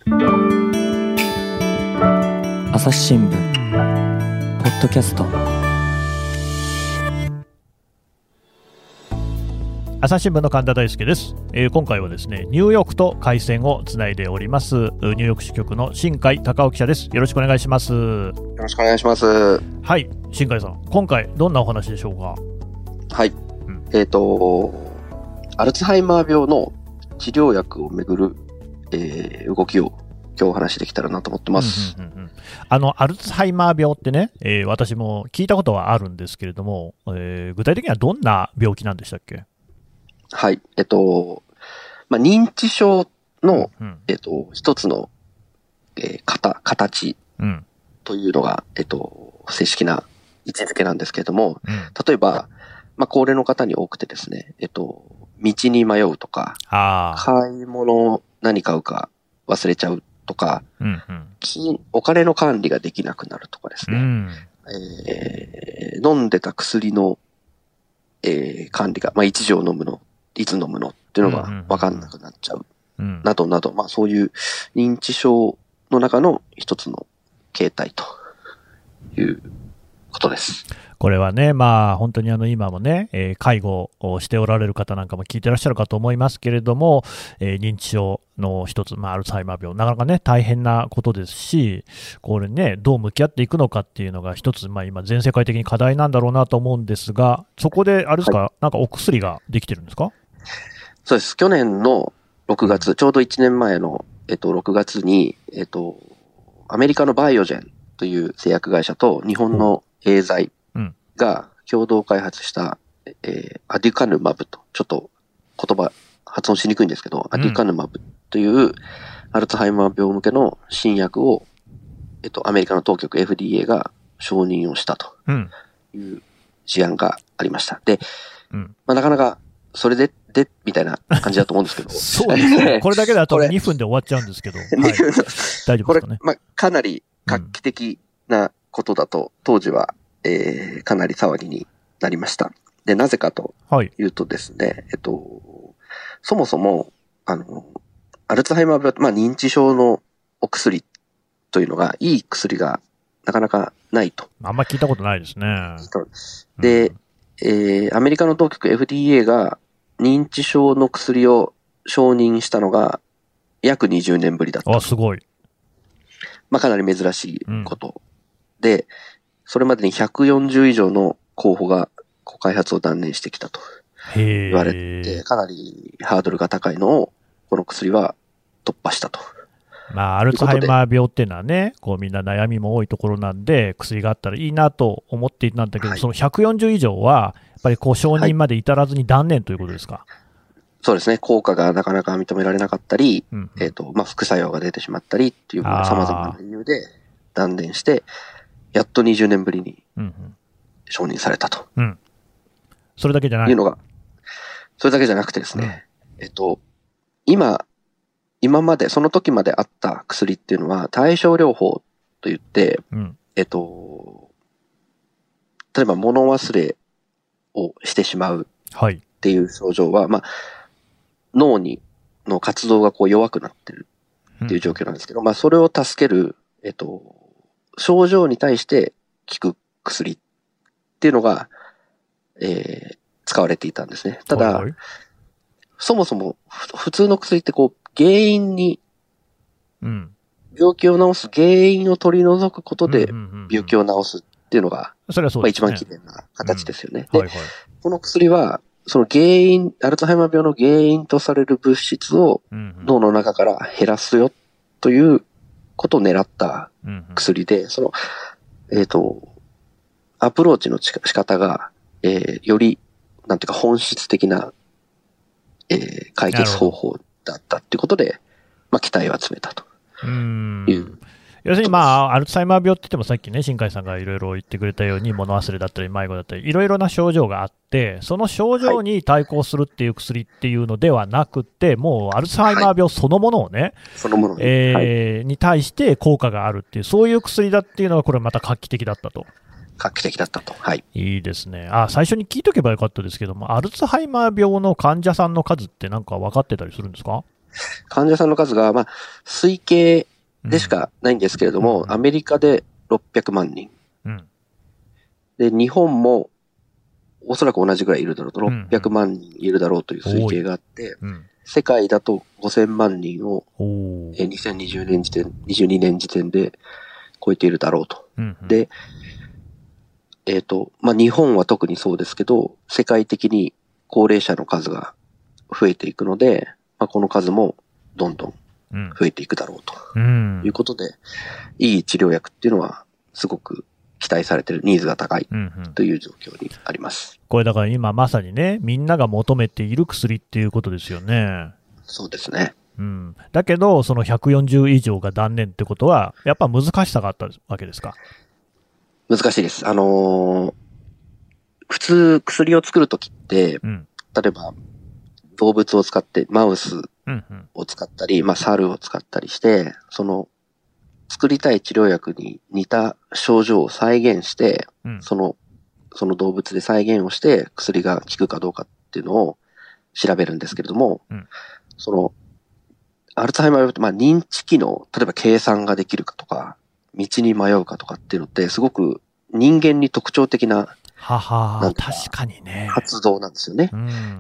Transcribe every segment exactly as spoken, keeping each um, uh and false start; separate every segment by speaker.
Speaker 1: 朝日新聞ポッドキャスト。
Speaker 2: 朝日新聞の神田大輔です、えー、今回はですねニューヨークと回線をつないでおりますニューヨーク支局の新海隆夫記者です。よろしくお願いします。よ
Speaker 3: ろしくお願いします。
Speaker 2: はい、新海さん、今回どんなお話でしょうか？
Speaker 3: はい、うん、えっ、ー、とアルツハイマー病の治療薬をめぐる、えー、動きを今日お話しできたらなと思ってます。
Speaker 2: うんうんうんうん、あのアルツハイマー病ってね、えー、私も聞いたことはあるんですけれども、えー、具体的にはどんな病気なんでしたっけ？
Speaker 3: はい、えっと、まあ、認知症の、うん、えっと、一つの、えー、型、形というのが、うん、えっと、正式な位置づけなんですけれども、うん、例えば、まあ、高齢の方に多くてですね、えっと、道に迷うとか、買い物何買うか忘れちゃうとか、うんうん、金お金の管理ができなくなるとかですね、うんえー、飲んでた薬の、えー、管理が、まあ、一錠飲むの、いつ飲むのっていうのが分かんなくなっちゃう、うんうんうん、などなど、まあそういう認知症の中の一つの形態ということです。
Speaker 2: これはね、まあ本当にあの今もね、えー、介護をしておられる方なんかも聞いてらっしゃるかと思いますけれども、えー、認知症の一つ、まあアルツハイマー病、なかなかね大変なことですし、これねどう向き合っていくのかっていうのが一つ、まあ今全世界的に課題なんだろうなと思うんですが、そこであれですか、はい、なんかお薬ができてるんですか？
Speaker 3: そうです。去年のろくがつ、ちょうどいちねんまえの、えっと、ろくがつに、えっと、アメリカのバイオジェンという製薬会社と日本のエーザイが共同開発した、えー、アデュカヌマブと、ちょっと言葉発音しにくいんですけど、アデュカヌマブというアルツハイマー病向けの新薬を、えっと、アメリカの当局 エフディーエー が承認をしたという事案がありました。で、まあ、なかなかそれででみたいな感じだと思うんですけど
Speaker 2: そうですね。これだけだとにふんで終わっちゃうんですけど、はい、大丈夫ですかね。
Speaker 3: これ、まあ、かなり画期的なことだと、うん、当時は、えー、かなり騒ぎになりました。で、なぜかというとですね、はい、えっと、そもそも、あの、アルツハイマー病、まあ、認知症のお薬というのが、いい薬がなかなかないと。
Speaker 2: あんま聞いたことないですね。
Speaker 3: で、うんえー、アメリカの当局 エフディーエー が認知症の薬を承認したのが約にじゅうねんぶりだった。
Speaker 2: あ、すごい。
Speaker 3: まあ、かなり珍しいこと、うん、で、それまでにひゃくよんじゅう以上の候補が開発を断念してきたと言われて、かなりハードルが高いのをこの薬は突破したと。
Speaker 2: まあ、アルツハイマー病っていうのはね、こうみんな悩みも多いところなんで、薬があったらいいなと思っていたんだけど、はい、そのひゃくよんじゅう以上は、やっぱりこう承認まで至らずに断念ということですか？はい、
Speaker 3: そうですね、効果がなかなか認められなかったり、うんうんえーとまあ、副作用が出てしまったりっていう、さまざまな理由で断念して、やっとにじゅうねんぶりに承認されたと。
Speaker 2: うんうん、それだけじゃない
Speaker 3: いうのが、それだけじゃなくてですね、うん、えっと、今、今まで、その時まであった薬っていうのは、対症療法といって、うん、えっと、例えば物忘れをしてしまうっていう症状は、はい、まあ、脳に、の活動がこう弱くなってるっていう状況なんですけど、うん、まあ、それを助ける、えっと、症状に対して効く薬っていうのが、えー、使われていたんですね。ただ、はいはい、そもそも、普通の薬ってこう、原因に、うん、病気を治す原因を取り除くことで病気を治すっていうのが、
Speaker 2: それはそうですね、
Speaker 3: まあ、一番綺麗な形ですよね。うんはいはい、で、この薬は、その原因、アルツハイマー病の原因とされる物質を脳の中から減らすよということを狙った薬で、その、えっと、アプローチの仕方が、えー、より、なんていうか本質的なえー、解決方法だったっていうことで、まあ、期待を集めたという。
Speaker 2: うん要するに、まあ、アルツハイマー病って言ってもさっきね、新海さんがいろいろ言ってくれたように、物忘れだったり、迷子だったり、いろいろな症状があって、その症状に対抗するっていう薬っていうのではなくて、もうアルツハイマー病そのものをね、はい、
Speaker 3: そのものに、
Speaker 2: えーはい、に対して効果があるっていう、そういう薬だっていうのは、これまた画期的だったと。
Speaker 3: 画期的だったと。はい。
Speaker 2: いいですね。あ、最初に聞いとけばよかったですけども、アルツハイマー病の患者さんの数ってなんか分かってたりするんですか？
Speaker 3: 患者さんの数が、まあ、推計でしかないんですけれども、
Speaker 2: うん、
Speaker 3: アメリカでろっぴゃくまんにん。
Speaker 2: うん、
Speaker 3: で、日本もおそらく同じぐらいいるだろうと、ろっぴゃくまんにんいるだろうという推計があって、うん、世界だとごせんまんにんをにせんにじゅうねん時点、にじゅうにねん時点で超えているだろうと。うんうん、で、えっ、ー、と、まあ、日本は特にそうですけど、世界的に高齢者の数が増えていくので、まあ、この数もどんどん増えていくだろうということで、うん、いい治療薬っていうのはすごく期待されている、ニーズが高いという状況にあります。
Speaker 2: うんうん、これだから今まさにね、みんなが求めている薬っていうことですよね。
Speaker 3: そうですね。
Speaker 2: うん、だけど、そのひゃくよんじゅう以上が断念ってことは、やっぱ難しさがあったわけですか？
Speaker 3: 難しいです。あのー、普通薬を作るときって、うん、例えば動物を使って、マウスを使ったり、うんうん、まあ猿を使ったりして、その作りたい治療薬に似た症状を再現して、うん、その、その動物で再現をして薬が効くかどうかっていうのを調べるんですけれども、うん、その、アルツハイマー病って、まあ認知機能、例えば計算ができるかとか、道に迷うかとかっていうのって、すごく人間に特徴的な、
Speaker 2: はは確かにね。
Speaker 3: 活動なんですよね。うん、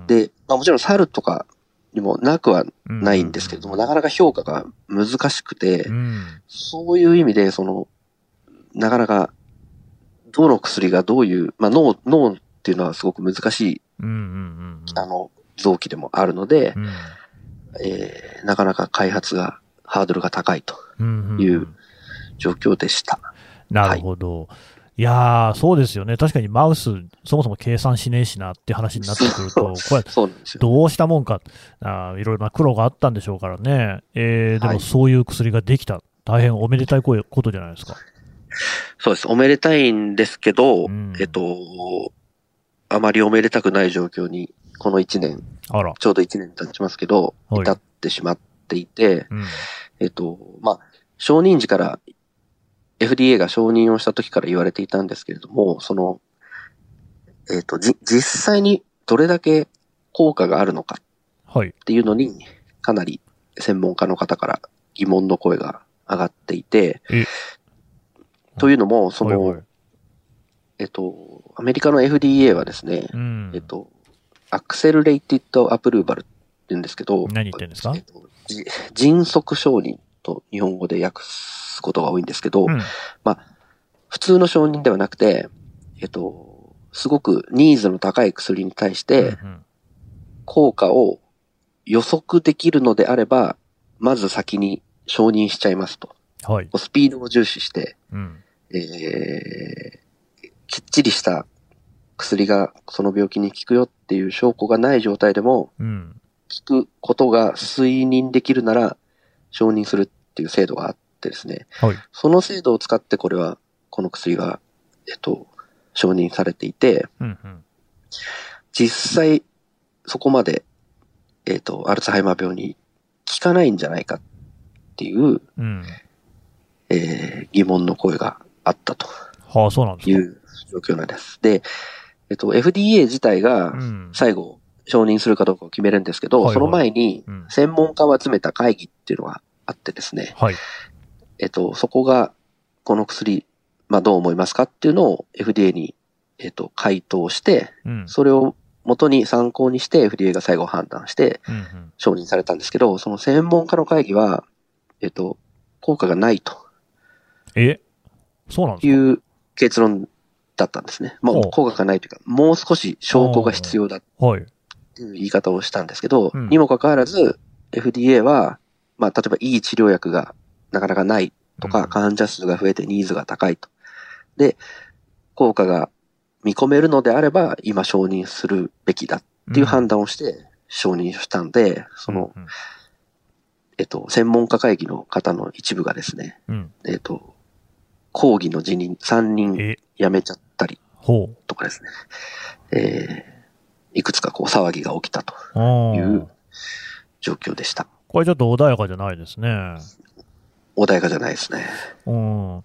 Speaker 3: で、まあもちろん猿とかにもなくはないんですけれども、うん、なかなか評価が難しくて、うん、そういう意味で、その、なかなか、どの薬がどういう、まあ脳、脳っていうのはすごく難しい、うんうんうんうん、あの、臓器でもあるので、うんえー、なかなか開発が、ハードルが高いという状況でした。
Speaker 2: うんうんうん、なるほど。はいいやー、そうですよね。確かにマウス、そもそも計算しねえしなって話になってくると、これ、どうしたもんかあ、いろいろな苦労があったんでしょうからね。えー、でもそういう薬ができた。大変おめでたいことじゃないですか。
Speaker 3: そうです。おめでたいんですけど、うん、えっと、あまりおめでたくない状況に、このいちねん、あらちょうどいちねん経ちますけど、至ってしまっていて、うん、えっと、まあ、承認時から、エフディーエー が承認をした時から言われていたんですけれども、その、えっと、じ、実際にどれだけ効果があるのかっていうのに、かなり専門家の方から疑問の声が上がっていて、というのも、その、はいはい、えっと、アメリカの エフディーエー はですね、うん、えっと、アクセルレイティッドアプルーバルって言うんですけど、
Speaker 2: 何言ってんですか？えっと、
Speaker 3: 迅速承認と日本語で訳すことが多いんですけど、うん、まあ、普通の承認ではなくて、えっと、すごくニーズの高い薬に対して、効果を予測できるのであれば、まず先に承認しちゃいますと。はい、スピードを重視して、うんえー、きっちりした薬がその病気に効くよっていう証拠がない状態でも、うん、効くことが推認できるなら承認するっていう制度があってですね、はい、その制度を使ってこれは、この薬が、えっと、承認されていて、うんうん、実際そこまで、えっと、アルツハイマー病に効かないんじゃないかっていう、うんえー、疑問の声があったという状況なんです。で、えっと、エフディーエー 自体が最後承認するかどうかを決めるんですけど、うん、その前に専門家を集めた会議っていうのがあってですね、はい、えっと、そこがこの薬、まあどう思いますかっていうのを エフディーエー に、えっと、回答して、うん、それを元に参考にして エフディーエー が最後判断して承認されたんですけど、その専門家の会議は、えっと、効果がないと。
Speaker 2: えそうなんですか？
Speaker 3: いう結論だったんですね。もう効果がないというか、もう少し証拠が必要だっていう言い方をしたんですけど、にもかかわらず エフディーエー は、まあ例えばいい治療薬がなかなかないとか、患者数が増えてニーズが高いと。で、効果が見込めるのであれば今承認するべきだっていう判断をして承認したんで、その、えっと、専門家会議の方の一部がですね、えっと、抗議の辞任さんにん辞めちゃったりとかですね、えー、いくつかこう騒ぎが起きたという状況でした。
Speaker 2: これちょっと穏やかじゃないですね。
Speaker 3: 穏やかじゃないですね。
Speaker 2: うん、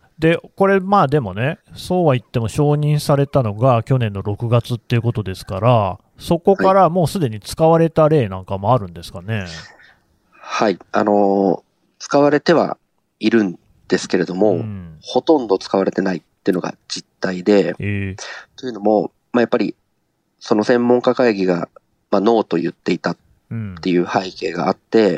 Speaker 2: で、これまあでもね、そうは言っても承認されたのが去年のろくがつっていうことですから、そこからもうすでに使われた例なんかもあるんですかね。
Speaker 3: ははい。あの、使われてはいるんですけれども、うん、ほとんど使われてないっていうのが実態で、
Speaker 2: えー、
Speaker 3: というのも、まあ、やっぱり、その専門家会議が、まあ、ノーと言っていたっていう背景があって、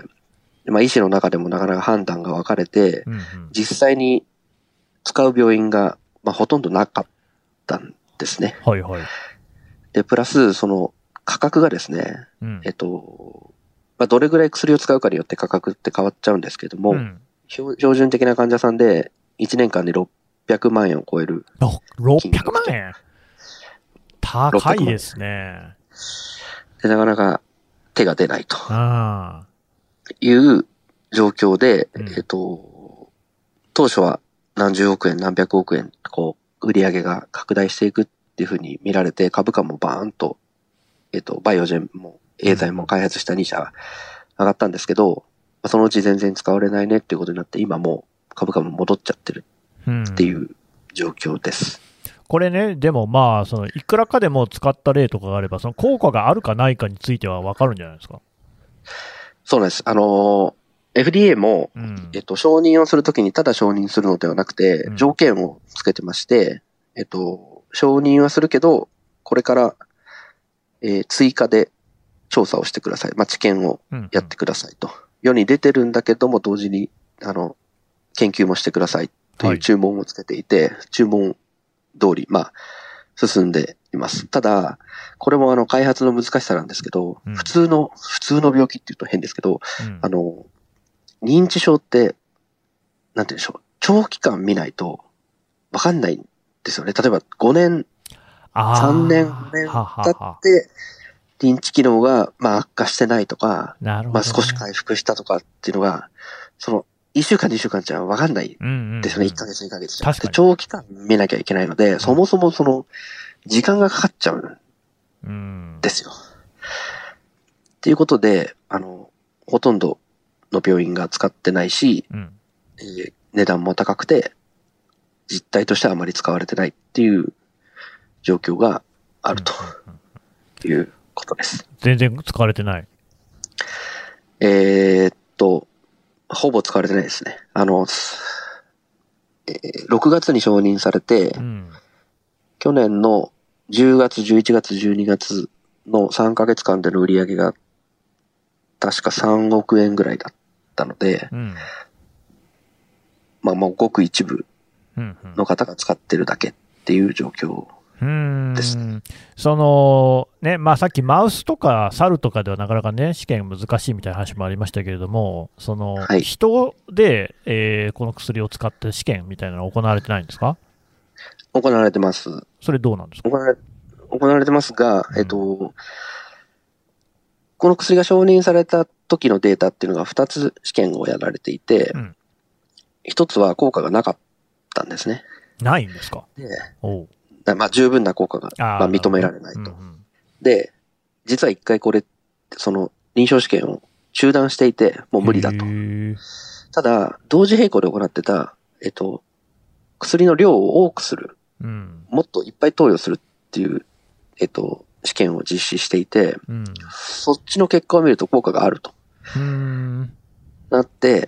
Speaker 3: うん、まあ、医師の中でもなかなか判断が分かれて、うんうん、実際に使う病院が、まあ、ほとんどなかったんですね。
Speaker 2: はいはい。
Speaker 3: で、プラス、その価格がですね、うん、えっと、まあ、どれぐらい薬を使うかによって価格って変わっちゃうんですけども、うん、標準的な患者さんでいちねんかんでろっぴゃくまんえんを超える。
Speaker 2: ろっぴゃくまんえん高いですね。
Speaker 3: で、なかなか手が出ないという状況で、うん、えっと、当初は何十億円、何百億円、こう、売り上げが拡大していくっていうふうに見られて、株価もバーンと、えっと、バイオジェンも、エーザイも開発したに社上がったんですけど、そのうち全然使われないねっていうことになって、今もう株価も戻っちゃってるっていう状況です。
Speaker 2: うん、これね、でもまあ、そのいくらかでも使った例とかがあれば、その効果があるかないかについては分かるんじゃないですか。
Speaker 3: そうなんです。あの、エフディーエー も、うん、えっと、承認をするときにただ承認するのではなくて、うん、条件をつけてまして、えっと、承認はするけど、これから、えー、追加で調査をしてください。まあ、治験をやってくださいと。うんうん、世に出てるんだけども、同時に、あの、研究もしてくださいという注文をつけていて、はい、注文通り、まあ、進んでいます。ただ、これもあの、開発の難しさなんですけど、うん、普通の、普通の病気って言うと変ですけど、うん、あの、認知症って、なんて言うんでしょう、長期間見ないとわかんないんですよね。例えばごねん、さんねん、ごねん経って、認知機能が、まあ、悪化してないとか、ね、まあ、少し回復したとかっていうのが、その、いっしゅうかん、にしゅうかんじゃわかんないですよね。うんうんうん、いっかげつ、にかげつじゃ。で、長期間見なきゃいけないので、うん、そもそもその、時間がかかっちゃうんですよ。っていうことで、あの、ほとんどの病院が使ってないし、うんえー、値段も高くて、実態としてはあまり使われてないっていう状況があるということです。
Speaker 2: 全然使われてない。
Speaker 3: えー、っと、ほぼ使われてないですね。あの、えー、ろくがつに承認されて、うん、去年のじゅうがつ、じゅういちがつ、じゅうにがつのさんかげつかんでの売り上げが確かさんおくえんぐらいだったので、うん、まあもうごく一部の方が使ってるだけっていう状況ですね。
Speaker 2: うん、そのね、まあ、さっきマウスとかサルとかではなかなかね、試験難しいみたいな話もありましたけれども、その、はい、人で、えー、この薬を使って試験みたいなのは行われてないんですか？
Speaker 3: 行われてます。
Speaker 2: それどうなんですか？
Speaker 3: 行われ、行われてますが、うん、えっと、この薬が承認された時のデータっていうのがふたつ試験をやられていて、うん、ひとつは効果がなかったんですね。
Speaker 2: ないんですか？
Speaker 3: で、おうまあ、十分な効果がまあ認められないと。うんうん、で、実は一回これ、その臨床試験を中断していて、もう無理だと。ただ、同時並行で行ってた、えっと、薬の量を多くする、うん、もっといっぱい投与するっていう、えっと、試験を実施していて、うん、そっちの結果を見ると効果があると。うん、なって、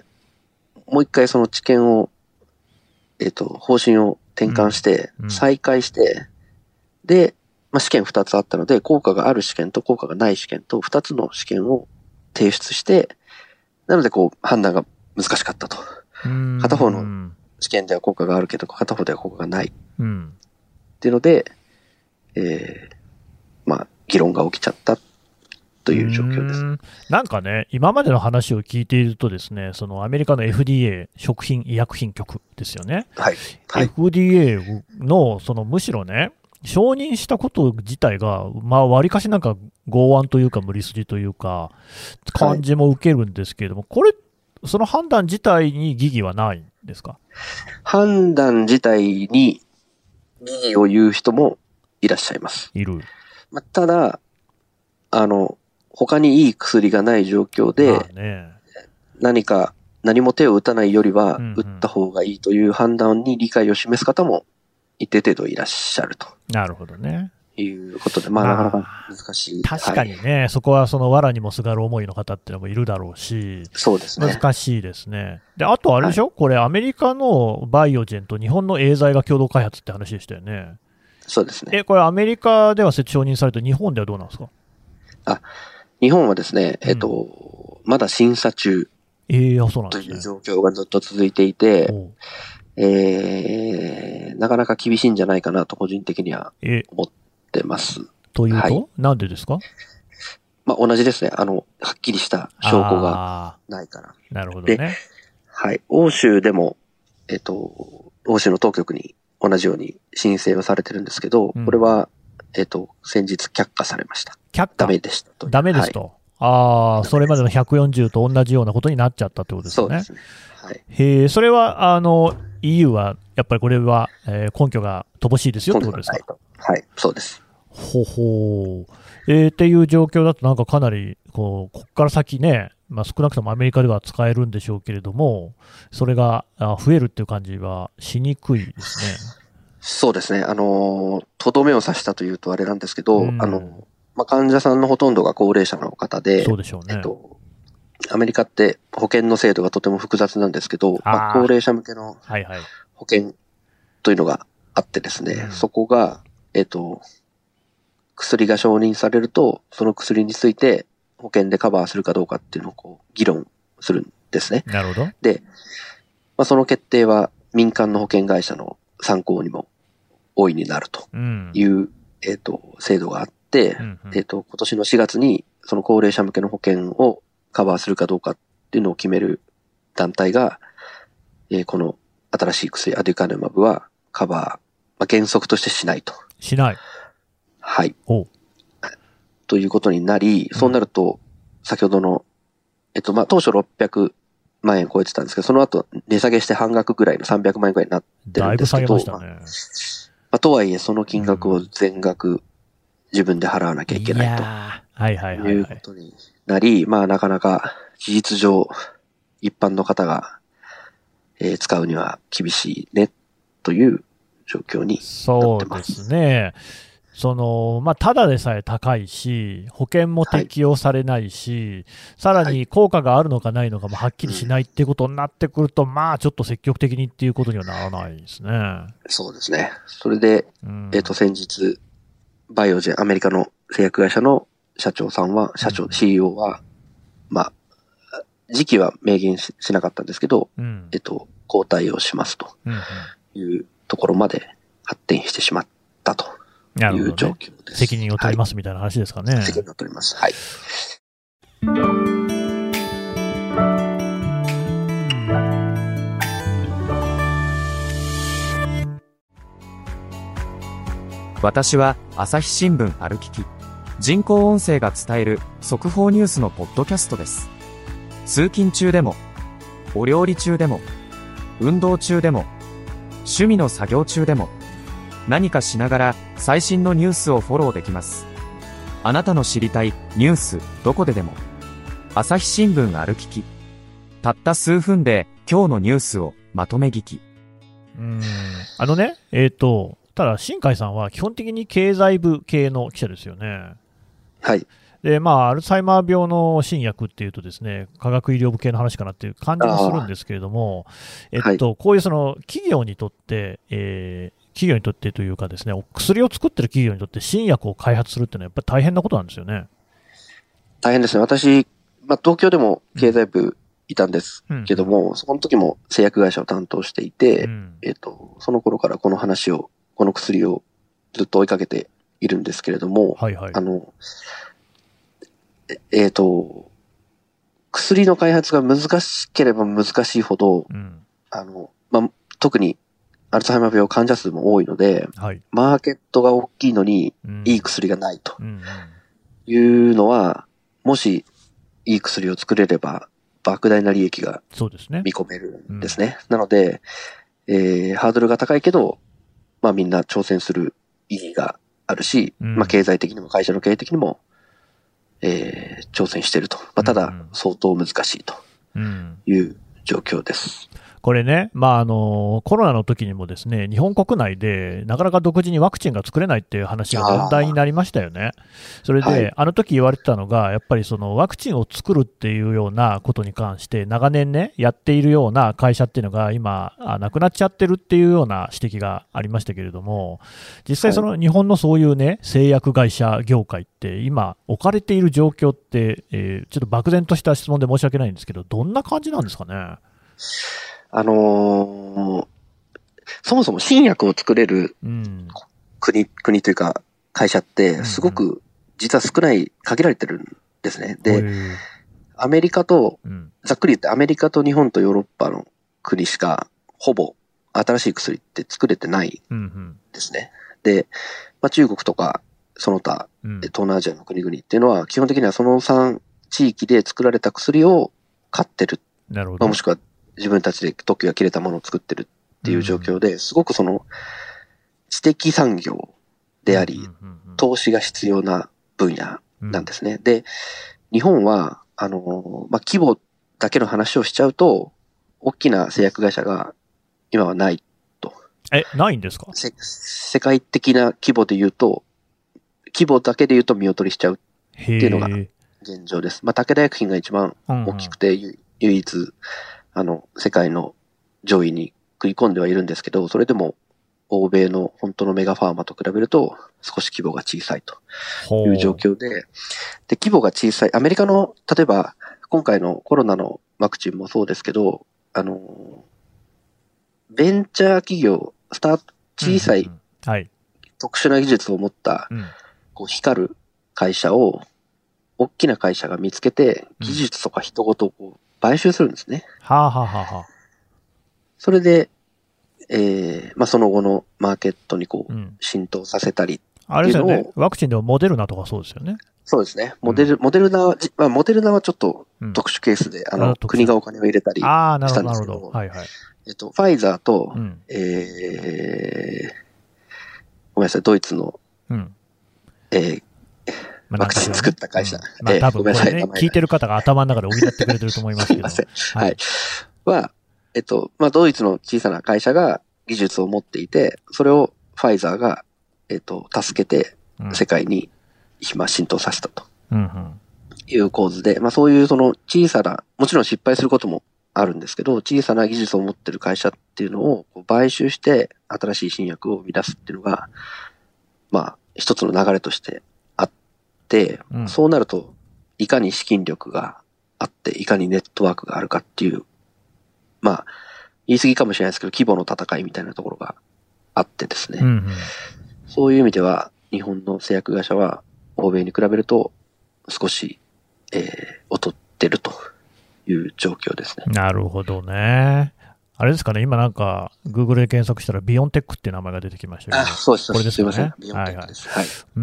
Speaker 3: もう一回その治験を、えっと、方針を転換して、再開して、うん、で、まあ、試験ふたつあったので、効果がある試験と効果がない試験とふたつの試験を提出して、なのでこう判断が難しかったと。片方の試験では効果があるけど、片方では効果がない。うん、っていうので、えー、まあ、議論が起きちゃったという状況です。
Speaker 2: んなんかね、今までの話を聞いているとですね、そのアメリカの エフディーエー 食品医薬品局ですよね。
Speaker 3: はい。はい、
Speaker 2: エフディーエー の、そのむしろね、承認したこと自体が、まあ、割かしなんか剛腕というか無理筋というか、感じも受けるんですけれども、はい、これ、その判断自体に疑義はないんですか？
Speaker 3: 判断自体に疑義を言う人もいらっしゃいます。
Speaker 2: いる。
Speaker 3: まあ、ただ、あの、他にいい薬がない状況で、まあね、何か、何も手を打たないよりは、打った方がいいという判断に理解を示す方も一定程度いらっしゃると。
Speaker 2: なるほどね。
Speaker 3: いうことで、まあ、なかなか難しい。
Speaker 2: 確かにね、はい、そこはその藁にもすがる思いの方っていうのもいるだろうし、
Speaker 3: そうですね。
Speaker 2: 難しいですね。で、あとあれでしょ、はい、これ、アメリカのバイオジェンと日本のエーザイが共同開発って話でしたよね。
Speaker 3: そうですね。
Speaker 2: え、これ、アメリカでは設置承認されて、日本ではどうなんですか？
Speaker 3: あ、日本はですね、えっと、うん、まだ審査中。
Speaker 2: えー、あ、そうなんですね。
Speaker 3: という状況がずっと続いていて、えー、なかなか厳しいんじゃないかなと個人的には思ってます。
Speaker 2: というと、
Speaker 3: はい、
Speaker 2: なんでですか？
Speaker 3: まあ、同じですね。あの、はっきりした証拠がないから。
Speaker 2: なるほどね。
Speaker 3: で、はい。欧州でも、えっと、欧州の当局に同じように申請はされてるんですけど、うん、これは、えっと、先日却下されました。
Speaker 2: 却下？
Speaker 3: ダメでしたと。
Speaker 2: ダメですと。はい、ああ、それまでのひゃくよんじゅうと同じようなことになっちゃったってことですね。そうですね。はい。へえ、それは、あの、イーユー は、やっぱりこれは、えー、根拠が乏しいですよってことですか？
Speaker 3: はい、そうです。
Speaker 2: ほほう。えー、っていう状況だと、なんかかなり、こう、こっから先ね、まあ、少なくともアメリカでは使えるんでしょうけれども、それが増えるっていう感じはしにくいですね。
Speaker 3: そうですね。あの、とどめを刺したというとあれなんですけど、うん、あの、まあ、患者さんのほとんどが高齢者の方で、
Speaker 2: そうでしょうね。
Speaker 3: えっと、アメリカって保険の制度がとても複雑なんですけど、まあ、高齢者向けの保険というのがあってですね、はいはい、そこが、えっと、薬が承認されると、その薬について保険でカバーするかどうかっていうのをこう議論するんですね。
Speaker 2: なるほど。
Speaker 3: で、まあ、その決定は民間の保険会社の参考にも大いになるという、うん、えっと、制度があって、うんうん、えっと、今年のしがつにその高齢者向けの保険をカバーするかどうかっていうのを決める団体が、えー、この新しい薬アデュカヌマブはカバー、まあ、原則としてしないと。
Speaker 2: しない。
Speaker 3: はい。
Speaker 2: お
Speaker 3: ということになり、そうなると、先ほどの、えっと、まあ、当初ろっぴゃくまんえん超えてたんですけど、その後値下げして半額ぐらいのさんびゃくまんえんぐらいになってるんですけど、
Speaker 2: だいぶ下げましたね。
Speaker 3: まあ、とはいえその金額を全額自分で払わなきゃいけないと。
Speaker 2: いやー、はいはいはい、はい。
Speaker 3: いうことになり、まあなかなか事実上一般の方が、えー、使うには厳しいねという状況になってます。
Speaker 2: そうですね。その、まあ、ただでさえ高いし、保険も適用されないし、はい、さらに効果があるのかないのかもはっきりしないっていうことになってくると、うん、まあ、ちょっと積極的にっていうことにはならないですね。
Speaker 3: そうですね。それで、うん、えっと、先日、バイオジェン、アメリカの製薬会社の社長さんは、社長、うん、シーイーオー は、まあ、時期は明言 し, しなかったんですけど、うん、えっと、交代をしますというところまで発展してしまったと。いう状況です。
Speaker 2: ね、責任を取りますみたいな話ですかね。はい、
Speaker 3: 責任を取ります。はい。
Speaker 4: 私は朝日新聞ある聞き。人工音声が伝える速報ニュースのポッドキャストです。通勤中でも、お料理中でも、運動中でも、趣味の作業中でも、何かしながら最新のニュースをフォローできます。あなたの知りたいニュースどこででも。朝日新聞ある聞き。たった数分で今日のニュースをまとめ聞き。
Speaker 2: うーん。あのね、えっと、ただ新海さんは基本的に経済部系の記者ですよね。
Speaker 3: はい。
Speaker 2: で、まあ、アルツハイマー病の新薬っていうとですね、科学医療部系の話かなっていう感じもするんですけれども、えっと、はい、こういうその企業にとって、えー企業にとってというかですね、薬を作ってる企業にとって新薬を開発するっていうのはやっぱり大変なことなんですよね。
Speaker 3: 大変ですね。私、まあ、東京でも経済部いたんですけども、うんうん、そこの時も製薬会社を担当していて、うん、えっと、その頃からこの話を、この薬をずっと追いかけているんですけれども、
Speaker 2: はいはい、
Speaker 3: あの、え、えっと、薬の開発が難しければ難しいほど、うん、あの、まあ、特にアルツハイマー病患者数も多いので、はい、マーケットが大きいのに、いい薬がないというのは、うん、もしいい薬を作れれば、莫大な利益が見込めるんですね。すねうん、なので、えー、ハードルが高いけど、まあみんな挑戦する意義があるし、うん、まあ経済的にも会社の経営的にも、えー、挑戦していると。まあ、ただ、相当難しいという状況です。
Speaker 2: これね、まあ、あのコロナの時にもですね、日本国内でなかなか独自にワクチンが作れないっていう話が問題になりましたよね。それで、はい、あの時言われてたのが、やっぱりそのワクチンを作るっていうようなことに関して、長年ね、やっているような会社っていうのが今、なくなっちゃってるっていうような指摘がありましたけれども、実際、その日本のそういうね、製薬会社業界って、今、置かれている状況って、えー、ちょっと漠然とした質問で申し訳ないんですけど、どんな感じなんですかね。
Speaker 3: あのー、そもそも新薬を作れる国、うん、国というか会社ってすごく実は少ない、限られてるんですね。で、アメリカと、ざっくり言ってアメリカと日本とヨーロッパの国しかほぼ新しい薬って作れてないですね。うんうん、で、まあ、中国とかその他、うん、東南アジアの国々っていうのは基本的にはそのさん地域で作られた薬を買ってる。
Speaker 2: なるほど。
Speaker 3: まあ、もしくは自分たちで特許が切れたものを作ってるっていう状況で、すごくその知的産業であり、投資が必要な分野なんですね。で、日本は、あの、まあ、規模だけの話をしちゃうと、大きな製薬会社が今はないと。
Speaker 2: え、ないんですか？
Speaker 3: せ世界的な規模で言うと、規模だけで言うと見劣りしちゃうっていうのが現状です。まあ、武田薬品が一番大きくて、うんうん、唯一、あの、世界の上位に食い込んではいるんですけど、それでも欧米の本当のメガファーマと比べると少し規模が小さいという状況で、で、規模が小さい、アメリカの、例えば今回のコロナのワクチンもそうですけど、あの、ベンチャー企業、スタート、小さい、特殊な技術を持った、こう光る会社を、大きな会社が見つけて、技術とか人ごとをこう買収するんですね。
Speaker 2: はあ、はあははあ、
Speaker 3: それで、えー、まあその後のマーケットにこう、うん、浸透させたりっていうのを。
Speaker 2: あれですよね。ワクチンでもモデルナとかそうですよね。
Speaker 3: そうですね。モデル、うん、モデルナは、まあモデルナはちょっと特殊ケースで、うん、あの、国がお金を入れたりしたんですけど。ああ、なるほど、なるほど。はいはい。えっと、ファイザーと、うん、えー、ごめんなさい、ドイツの、うん、えー、ワクチン作った会社。
Speaker 2: うん、まあ、多分これね、聞いてる方が頭の中で補ってくれてると思いますけど。
Speaker 3: すいません。はい。は、えっと、まあ、ドイツの小さな会社が技術を持っていて、それをファイザーが、えっと、助けて、世界に、今、浸透させたと。いう構図で、まあ、そういうその小さな、もちろん失敗することもあるんですけど、小さな技術を持ってる会社っていうのを買収して、新しい新薬を生み出すっていうのが、まあ、一つの流れとしてあって、うん、そうなると、いかに資金力があって、いかにネットワークがあるかっていう、まあ、言い過ぎかもしれないですけど、規模の戦いみたいなところがあってですね。うんうん、そういう意味では、日本の製薬会社は、欧米に比べると、少し、えー、劣ってるという状況ですね。
Speaker 2: なるほどね。あれですかね、今なんか、Google で検索したら、ビオンテックっていう名前が出てきましたけど、
Speaker 3: あ、そうです、
Speaker 2: これですかね。
Speaker 3: すいません、ビオンテックです。はい、はい。
Speaker 2: うん、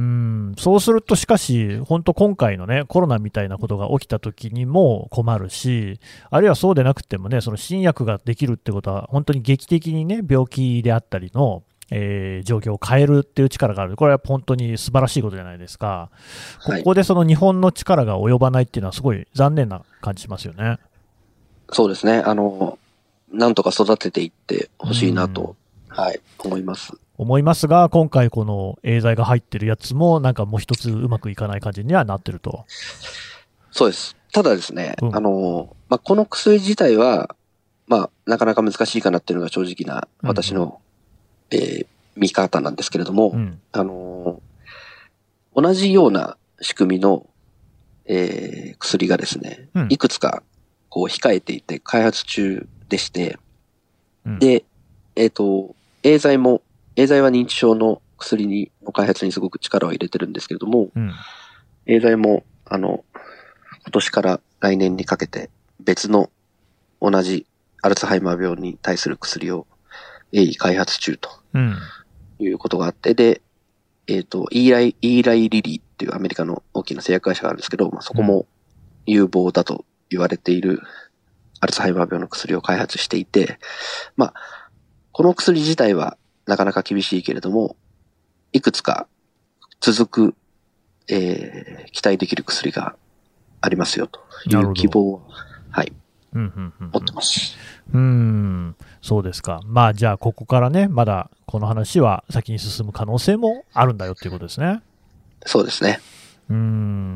Speaker 2: そうすると、しかし、本当今回のね、コロナみたいなことが起きた時にも困るし、あるいはそうでなくてもね、その新薬ができるってことは、本当に劇的にね、病気であったりの、えー、状況を変えるっていう力がある。これは本当に素晴らしいことじゃないですか。ここでその日本の力が及ばないっていうのはすごい残念な感じしますよね。
Speaker 3: そうですね。あの、なんとか育てていってほしいなと、はい、思います。
Speaker 2: 思いますが、今回このエーザイが入ってるやつもなんかもう一つうまくいかない感じにはなってると。
Speaker 3: そうです。ただですね、うん、あの、まあ、この薬自体は、まあ、なかなか難しいかなっていうのが正直な私の、うんうんえー、見方なんですけれども、うん、あのー、同じような仕組みの、えー、薬がですね、うん、いくつかこう控えていて開発中でして、うん、で、えっと、エーザイも、エーザイは認知症の薬に、の開発にすごく力を入れてるんですけれども、うん、エーザイも、あの、今年から来年にかけて別の同じアルツハイマー病に対する薬を鋭意開発中ということがあって、うん、で、えっと、イーライ、イーライリリーっていうアメリカの大きな製薬会社があるんですけど、まあ、そこも有望だと言われているアルツハイマー病の薬を開発していて、まあ、この薬自体はなかなか厳しいけれども、いくつか続く、えー、期待できる薬がありますよという希望を、はい、 思ってます。
Speaker 2: うん、うんうん、そうですか。まあじゃあここからね、まだこの話は先に進む可能性もあるんだよっていうことですね。
Speaker 3: そうですね。
Speaker 2: うん、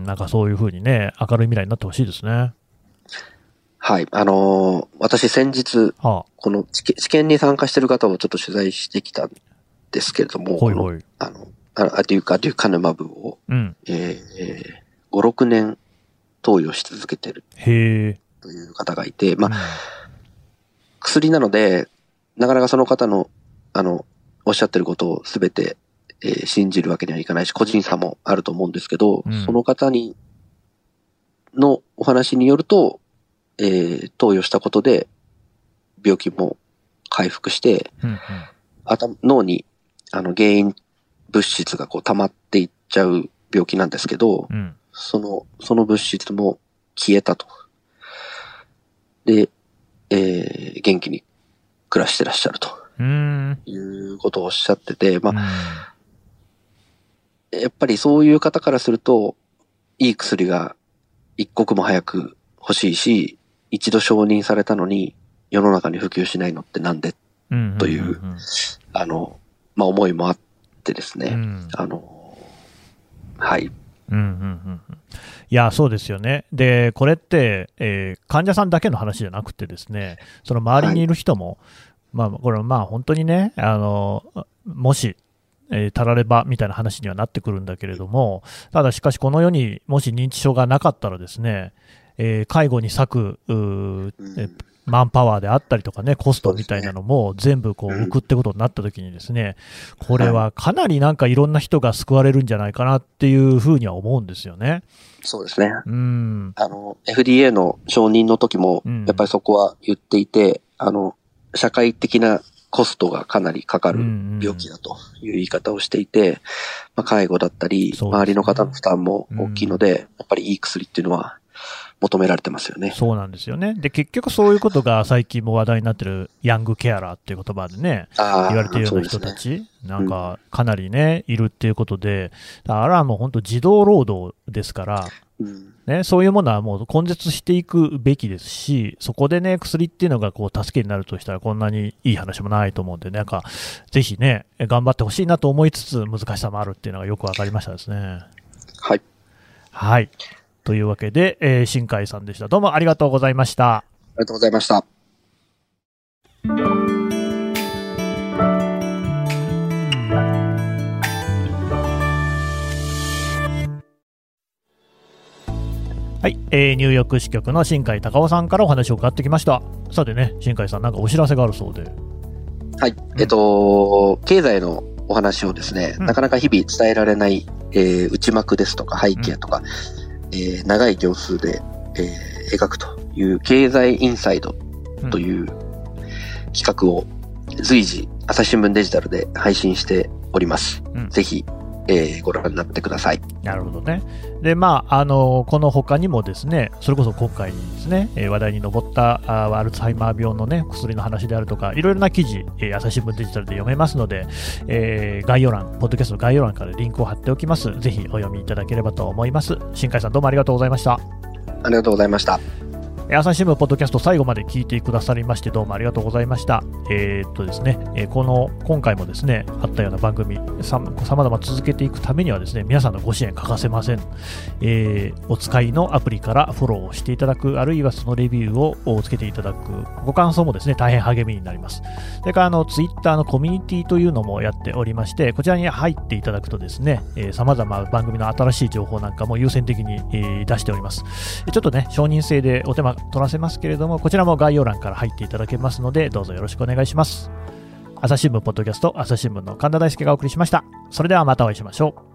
Speaker 2: なんかそういうふうにね、明るい未来になってほしいですね。
Speaker 3: はい。あのー、私先日、はあ、この治験に参加している方をちょっと取材してきたんですけれども、
Speaker 2: ほいほい、
Speaker 3: あの、アデュカ、アデュカヌマブを、うん、えー、ご、ろくねん投与し続けてる
Speaker 2: へ
Speaker 3: という方がいて、まあ、うん、薬なので、なかなかその方の、あの、おっしゃってることをすべて、えー、信じるわけにはいかないし、個人差もあると思うんですけど、うん、その方に、のお話によると、えー、投与したことで、病気も回復して、うんうん、頭脳に、あの、原因物質がこう溜まっていっちゃう病気なんですけど、うん、その、その物質も消えたと。で、えー、元気に暮らしてらっしゃると。いうことをおっしゃってて、まあ、やっぱりそういう方からすると、いい薬が一刻も早く欲しいし、一度承認されたのに世の中に普及しないのってなんで、という、あの、まあ、思いもあってですね、うん、あの、はい。
Speaker 2: うんうんうん、いや、そうですよね。で、これって、えー、患者さんだけの話じゃなくてですね、その周りにいる人も、はい、まあ、これはまあ本当にね、あの、もし、えー、たらればみたいな話にはなってくるんだけれども、ただしかしこの世にもし認知症がなかったらですね、えー、介護に割く、うー、えマンパワーであったりとかね、コストみたいなのも全部こう浮くってことになったときにですね、これはかなりなんかいろんな人が救われるんじゃないかなっていうふうには思うんですよね。
Speaker 3: そうですね。うん。あの、エフディーエー の承認の時も、やっぱりそこは言っていて、うん、あの、社会的なコストがかなりかかる病気だという言い方をしていて、うんうん、まあ、介護だったり、ね、周りの方の負担も大きいので、うん、やっぱりいい薬っていうのは、求められてますよね。
Speaker 2: そうなんですよね。で、結局そういうことが最近も話題になってるヤングケアラーっていう言葉でね、言われているような人たち、ね、なんかかなりね、うん、いるっていうことで、あれはもう本当児童労働ですから、うんね、そういうものはもう根絶していくべきですし、そこでね、薬っていうのがこう助けになるとしたらこんなにいい話もないと思うんで、なんかぜひね、頑張ってほしいなと思いつつ難しさもあるっていうのがよくわかりましたですね。
Speaker 3: はい。
Speaker 2: はい。というわけで、えー、新海さんでした。どうもありがとうございました。
Speaker 3: ありがとうございました。
Speaker 2: はい、えー、ニューヨーク支局の新海隆夫さんからお話を伺ってきました。さてね、新海さん、なんかお知らせがあるそうで。
Speaker 3: はい、うん、えっと、経済のお話をですね、うん、なかなか日々伝えられない、えー、内幕ですとか背景とか、うんえー、長い行数で、えー、描くという経済インサイドという企画を随時朝日新聞デジタルで配信しております。うん、ぜひ、えー、ご覧になってください。
Speaker 2: なるほどね。で、まあ、あの、この他にもですね、それこそ今回ですね、えー、話題に上ったあアルツハイマー病のね、薬の話であるとか、いろいろな記事、えー、朝日新聞デジタルで読めますので、えー、概要欄、ポッドキャストの概要欄からリンクを貼っておきます。ぜひお読みいただければと思います。新海さん、どうもありがとうございました。
Speaker 3: ありがとうございました。
Speaker 2: 朝日新聞ポッドキャスト最後まで聞いてくださりましてどうもありがとうございました。えー、っとですね、えー、この今回もですねあったような番組さまざま続けていくためにはですね皆さんのご支援欠かせません。えー、お使いのアプリからフォローをしていただくあるいはそのレビューをつけていただくご感想もですね大変励みになります。それからあのツイッターのコミュニティというのもやっておりましてこちらに入っていただくとですねさまざま番組の新しい情報なんかも優先的に、えー、出しております。ちょっとね承認制でお手間取らせますけれどもこちらも概要欄から入っていただけますのでどうぞよろしくお願いします。朝日新聞ポッドキャスト朝日新聞の神田大輔がお送りしました。それではまたお会いしましょう。